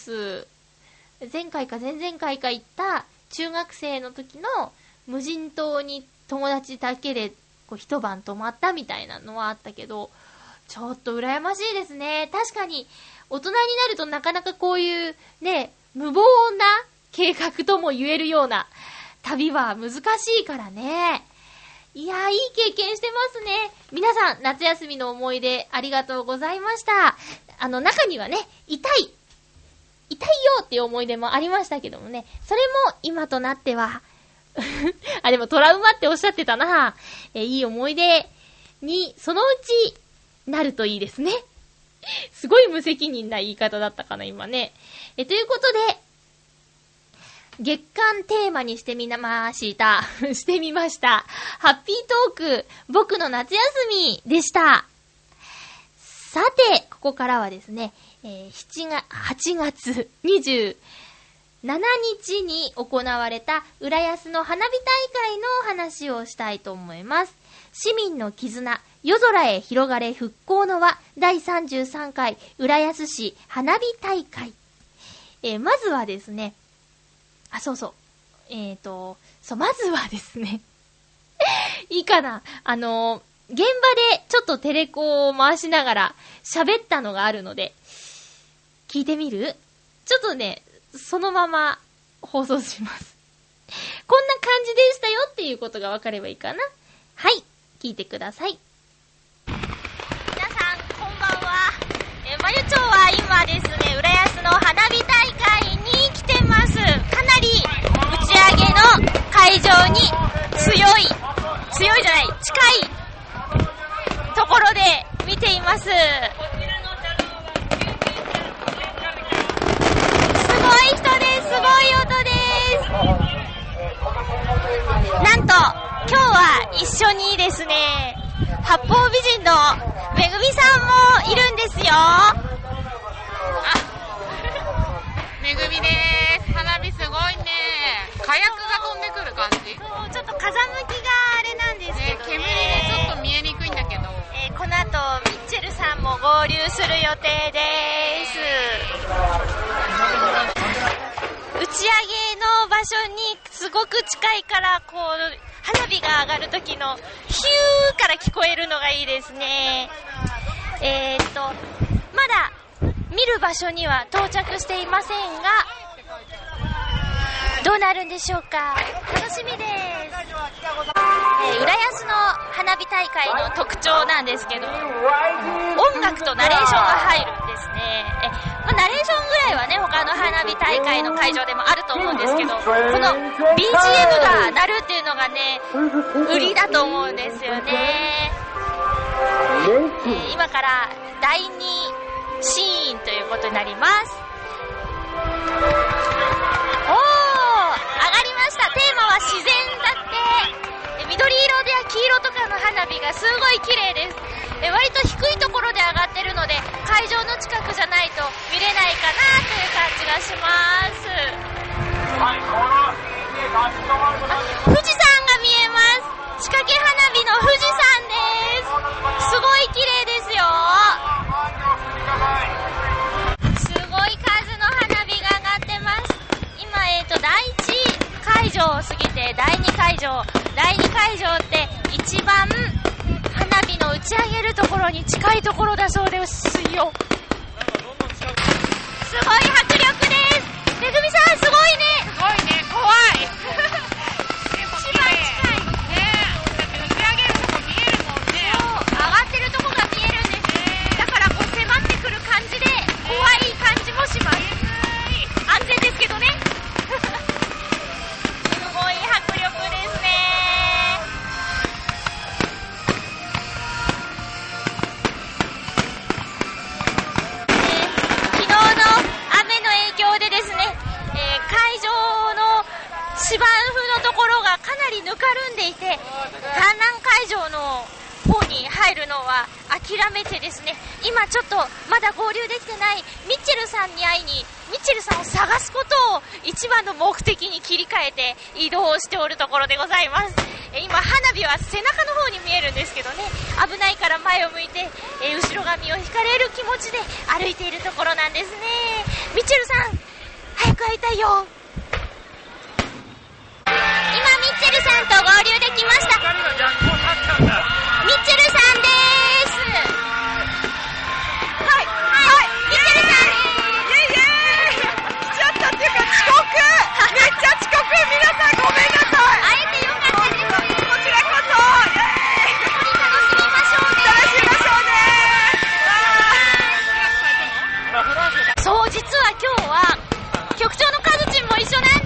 前回か前々回か行った中学生の時の無人島に友達だけでこう一晩泊まったみたいなのはあったけど、ちょっと羨ましいですね。確かに大人になるとなかなかこういうね、無謀な計画とも言えるような旅は難しいからね。いやー、いい経験してますね。皆さん、夏休みの思い出ありがとうございました。中にはね、痛いよっていう思い出もありましたけどもね、それも今となってはでもトラウマっておっしゃってたな。いい思い出にそのうちなるといいですね。すごい無責任な言い方だったかな今ね。ということで月間テーマにしてみました。ハッピートーク、僕の夏休みでした。さて、ここからはですね、8月27日に行われた浦安の花火大会の話をしたいと思います。市民の絆、夜空へ広がれ復興の輪、第33回浦安市花火大会。まずはですね、まずはですね、いいかな、現場でちょっとテレコを回しながら喋ったのがあるので、聞いてみる？ちょっとね、そのまま放送します。こんな感じでしたよっていうことがわかればいいかな。はい、聞いてください。皆さん、こんばんは。まゆちょは今ですね、浦安の花火大会に来てます。かなり打ち上げの会場に近いところで見ています。すごい人です。すごい音です。なんと今日は一緒にですね、八方美人のめぐみさんもいるんですよ。 めぐみです。花火すごいね。火薬が飛んでくる感じ。 そう、ちょっと風向きがあれなんですけどね。 煙でちょっと見えにくいんだけど。 この後ミッチェルさんも合流する予定です。打ち上げの場所にすごく近いから、こう花火が上がる時のヒューから聞こえるのがいいですね。まだ見る場所には到着していませんが、どうなるんでしょうか。楽しみです。浦安の花火大会の特徴なんですけど、音楽とナレーションが入るんですね。ナレーションぐらいはね、他の花火大会の会場でもあると思うんですけど、この BGM が鳴るっていうのがね、売りだと思うんですよね。今から第2シーンということになります。テーマは自然だって。緑色や黄色とかの花火がすごい綺麗です。割と低いところで上がってるので、会場の近くじゃないと見れないかなという感じがします。富士山が見えます。仕掛け花火の富士山です。すごい綺麗ですよ。すごい数の花火が上がってます。今第1会場を過ぎて第2会場って一番花火の打ち上げるところに近いところだそうですよ。すごい迫力です。めぐみさんすごいね。 すごいね、怖い。 一番近いね。だって打ち上げるとこ見えるもんね。 上がってるとこが見えるんです。だからこう迫ってくる感じで怖い感じもします。安全ですけどね。すごい迫力ですね。昨日の雨のるんでいて、観覧会場の方に入るのは諦めてですね、今ちょっとまだ合流できてないミッチェルさんに会いに、ミッチェルさんを探すことを一番の目的に切り替えて移動しておるところでございます。今花火は背中の方に見えるんですけどね、危ないから前を向いて、後ろ髪を引かれる気持ちで歩いているところなんですね。ミッチェルさん、早く会いたいよ。今ミッチェルさんと合流できました。ミッチェルさんでーす。はい、ミッチェルさん。来ちゃったっていうか遅刻。めっちゃ遅刻。皆さんごめんなさい。会えてよかったです。こちらこそ。楽しみましょうね。そう、実は今日は局長のカズチンも一緒なんです。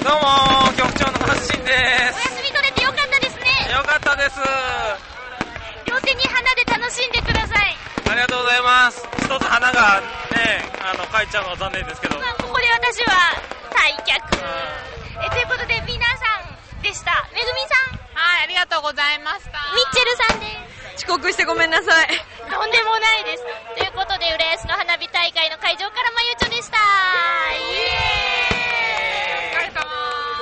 どうも、局長のカズチンです。 お休み取れてよかったですね。 よかったです。 両手に花で楽しんでください。 ありがとうございます。一つ花がね、書いちゃうのは残念ですけど。 ここで私は退却。ということで皆さんでした。めぐみさん。 はい、ありがとうございました。 ミッチェルさんです。 遅刻してごめんなさい。 とんでもないです。ということで浦安の花火大会の会場からまゆちょでした。イエーイ。 お疲れ様。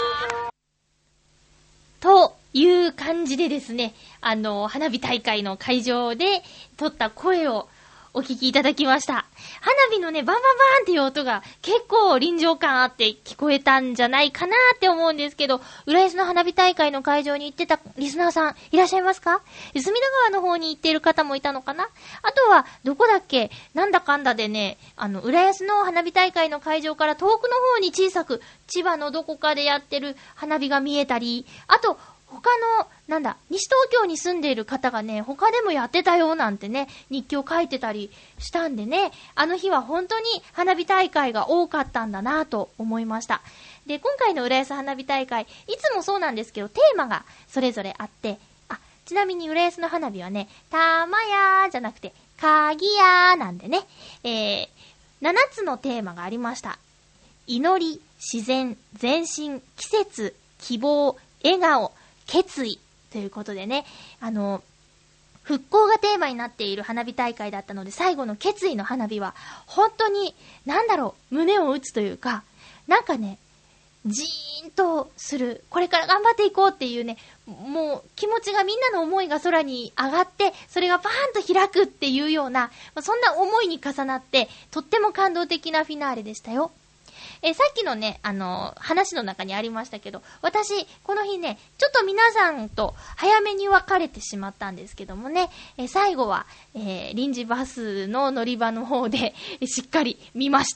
という感じでですね、花火大会の会場で撮った声をお聞きいただきました。花火のね、バンバンバーンっていう音が結構臨場感あって聞こえたんじゃないかなって思うんですけど、浦安の花火大会の会場に行ってたリスナーさんいらっしゃいますか？隅田川の方に行っている方もいたのかな？あとは、どこだっけ？なんだかんだでね、浦安の花火大会の会場から遠くの方に小さく、千葉のどこかでやってる花火が見えたり、あと、他の、西東京に住んでいる方がね、他でもやってたよなんてね、日記を書いてたりしたんでね、あの日は本当に花火大会が多かったんだなと思いました。で、今回の浦安花火大会、いつもそうなんですけど、テーマがそれぞれあって、ちなみに浦安の花火はね、たまやーじゃなくて、かぎやーなんでね、7つのテーマがありました。祈り、自然、前進、季節、希望、笑顔、決意ということでね、復興がテーマになっている花火大会だったので、最後の決意の花火は本当に胸を打つというか、なんかね、ジーンとする、これから頑張っていこうっていうね、もう気持ちがみんなの思いが空に上がって、それがバーンと開くっていうような、そんな思いに重なってとっても感動的なフィナーレでしたよ。さっきのね、話の中にありましたけど、私、この日ね、ちょっと皆さんと早めに別れてしまったんですけどもね、最後は、臨時バスの乗り場の方で、しっかり見ました。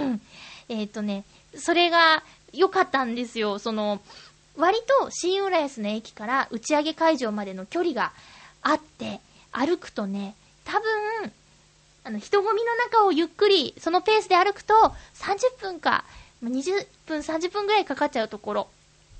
それが良かったんですよ。割と新浦安の駅から打ち上げ会場までの距離があって、歩くとね、多分、人混みの中をゆっくり、そのペースで歩くと、30分か、20分、30分ぐらいかかっちゃうところ。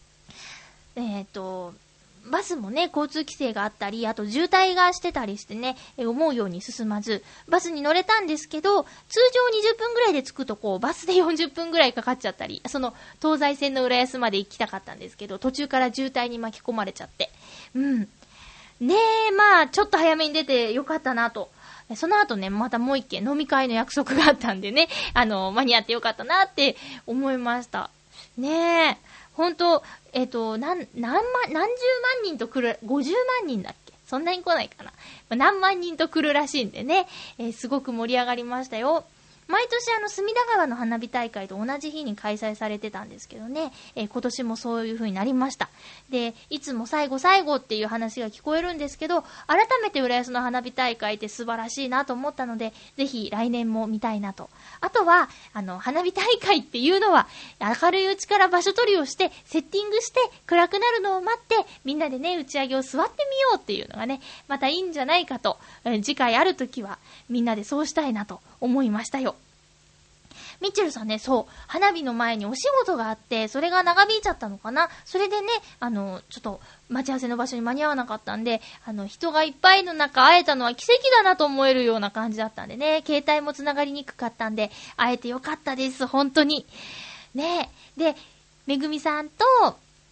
バスもね、交通規制があったり、あと渋滞がしてたりしてね、思うように進まず、バスに乗れたんですけど、通常20分ぐらいで着くとこう、バスで40分ぐらいかかっちゃったり、東西線の浦安まで行きたかったんですけど、途中から渋滞に巻き込まれちゃって。ねえ、ちょっと早めに出てよかったなと。その後ね、またもう一件飲み会の約束があったんでね、間に合ってよかったなって思いました。ねえ、ほんと、何十万人と来る、50万人だっけ？そんなに来ないかな。何万人と来るらしいんでね、すごく盛り上がりましたよ。毎年隅田川の花火大会と同じ日に開催されてたんですけどね、今年もそういう風になりました。で、いつも最後っていう話が聞こえるんですけど、改めて浦安の花火大会って素晴らしいなと思ったので、ぜひ来年も見たいなと。あとは、花火大会っていうのは、明るいうちから場所取りをして、セッティングして、暗くなるのを待って、みんなでね、打ち上げを座ってみようっていうのがね、またいいんじゃないかと、次回あるときは、みんなでそうしたいなと思いましたよ。ミッチェルさんね、そう、花火の前にお仕事があって、それが長引いちゃったのかな。それでね、ちょっと待ち合わせの場所に間に合わなかったんで、人がいっぱいの中会えたのは奇跡だなと思えるような感じだったんでね、携帯も繋がりにくかったんで、会えてよかったです、本当に。ねえ。で、めぐみさんと、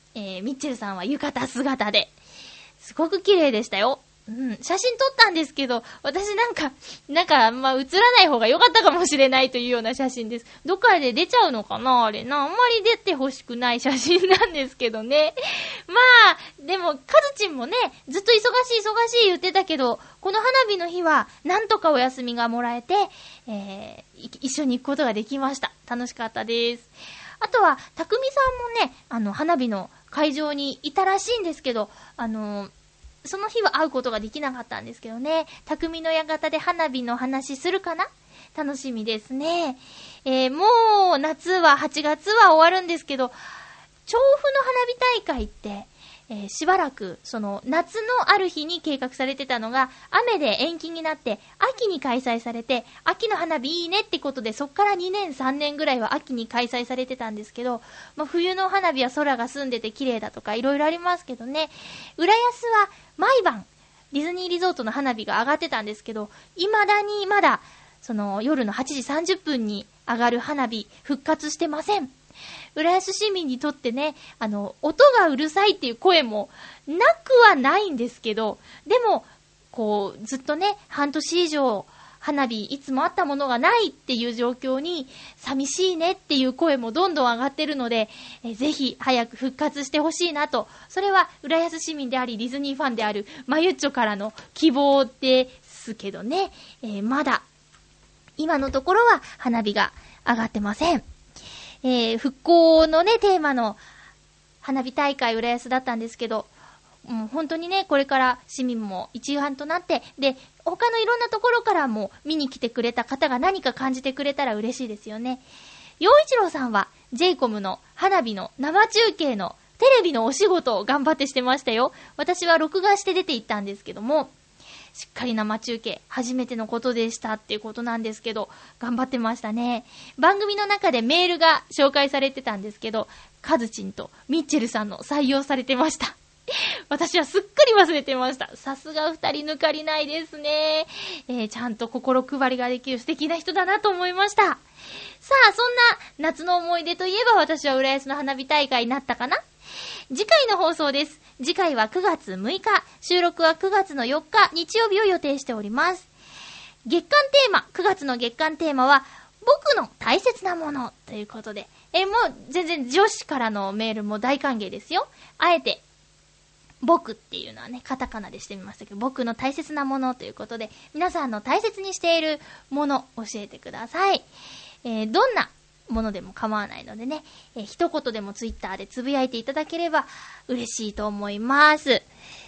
ミッチェルさんは浴衣姿で、すごく綺麗でしたよ。うん、写真撮ったんですけど、私なんかまあ、映らない方が良かったかもしれないというような写真です。どっかで出ちゃうのかなあれな。あんまり出てほしくない写真なんですけどね。まあ、でも、カズチンもね、ずっと忙しい言ってたけど、この花火の日は、なんとかお休みがもらえて、一緒に行くことができました。楽しかったです。あとは、たくみさんもね、花火の会場にいたらしいんですけど、その日は会うことができなかったんですけどね。匠の館で花火の話するかな？楽しみですね。もう夏は8月は終わるんですけど、調布の花火大会って、しばらくその夏のある日に計画されてたのが雨で延期になって秋に開催されて、秋の花火いいねってことでそっから2年3年ぐらいは秋に開催されてたんですけど、まあ、冬の花火は空が澄んでて綺麗だとかいろいろありますけどね。浦安は毎晩ディズニーリゾートの花火が上がってたんですけど、未だにまだその夜の8時30分に上がる花火復活してません。浦安市民にとってね、音がうるさいっていう声もなくはないんですけど、でもこうずっとね半年以上花火いつもあったものがないっていう状況に寂しいねっていう声もどんどん上がってるので、ぜひ早く復活してほしいなと、それは浦安市民でありディズニーファンであるまゆっちょからの希望ですけどね、まだ今のところは花火が上がってません。復興のねテーマの花火大会浦安だったんですけど、もう本当にねこれから市民も一丸となって、で他のいろんなところからも見に来てくれた方が何か感じてくれたら嬉しいですよね。陽一郎さんは J-COM の花火の生中継のテレビのお仕事を頑張ってしてましたよ。私は録画して出て行ったんですけども、しっかり生中継初めてのことでしたっていうことなんですけど、頑張ってましたね。番組の中でメールが紹介されてたんですけど、カズチンとミッチェルさんの採用されてました。私はすっかり忘れてました。さすが二人抜かりないですね。ちゃんと心配りができる素敵な人だなと思いました。さあ、そんな夏の思い出といえば私は浦安の花火大会になったかな。次回の放送です。次回は9月6日、収録は9月の4日日曜日を予定しております。月間テーマ、9月の月間テーマは僕の大切なものということで、もう全然女子からのメールも大歓迎ですよ。あえて僕っていうのはねカタカナでしてみましたけど、僕の大切なものということで、皆さんの大切にしているもの教えてください。どんなものでも構わないのでね、一言でもツイッターでつぶやいていただければ嬉しいと思います。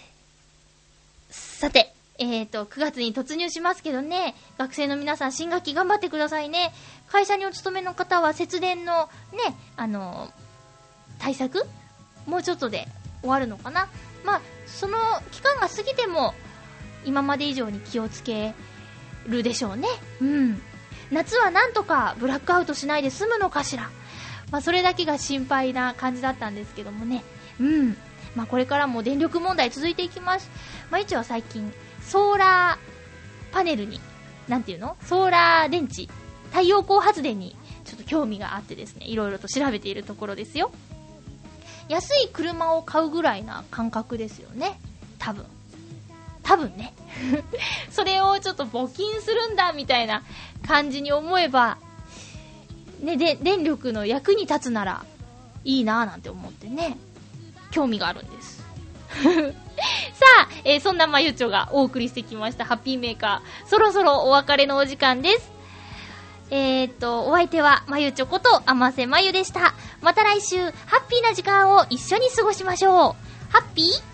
さて、9月に突入しますけどね、学生の皆さん新学期頑張ってくださいね。会社にお勤めの方は節電のね対策もうちょっとで終わるのかな。まあその期間が過ぎても今まで以上に気をつけるでしょうね。うん。夏はなんとかブラックアウトしないで済むのかしら。まあそれだけが心配な感じだったんですけどもね。うん。まあこれからも電力問題続いていきます。まあ一応最近ソーラーパネルに、なんていうの？ソーラー電池、太陽光発電にちょっと興味があってですね、いろいろと調べているところですよ。安い車を買うぐらいな感覚ですよね。多分ね。それをちょっと募金するんだみたいな感じに思えば、ね、電力の役に立つならいいなぁなんて思ってね、興味があるんです。さあ、そんなまゆちょがお送りしてきましたハッピーメーカー、そろそろお別れのお時間です。お相手はまゆちょことあませまゆでした。また来週ハッピーな時間を一緒に過ごしましょう。ハッピー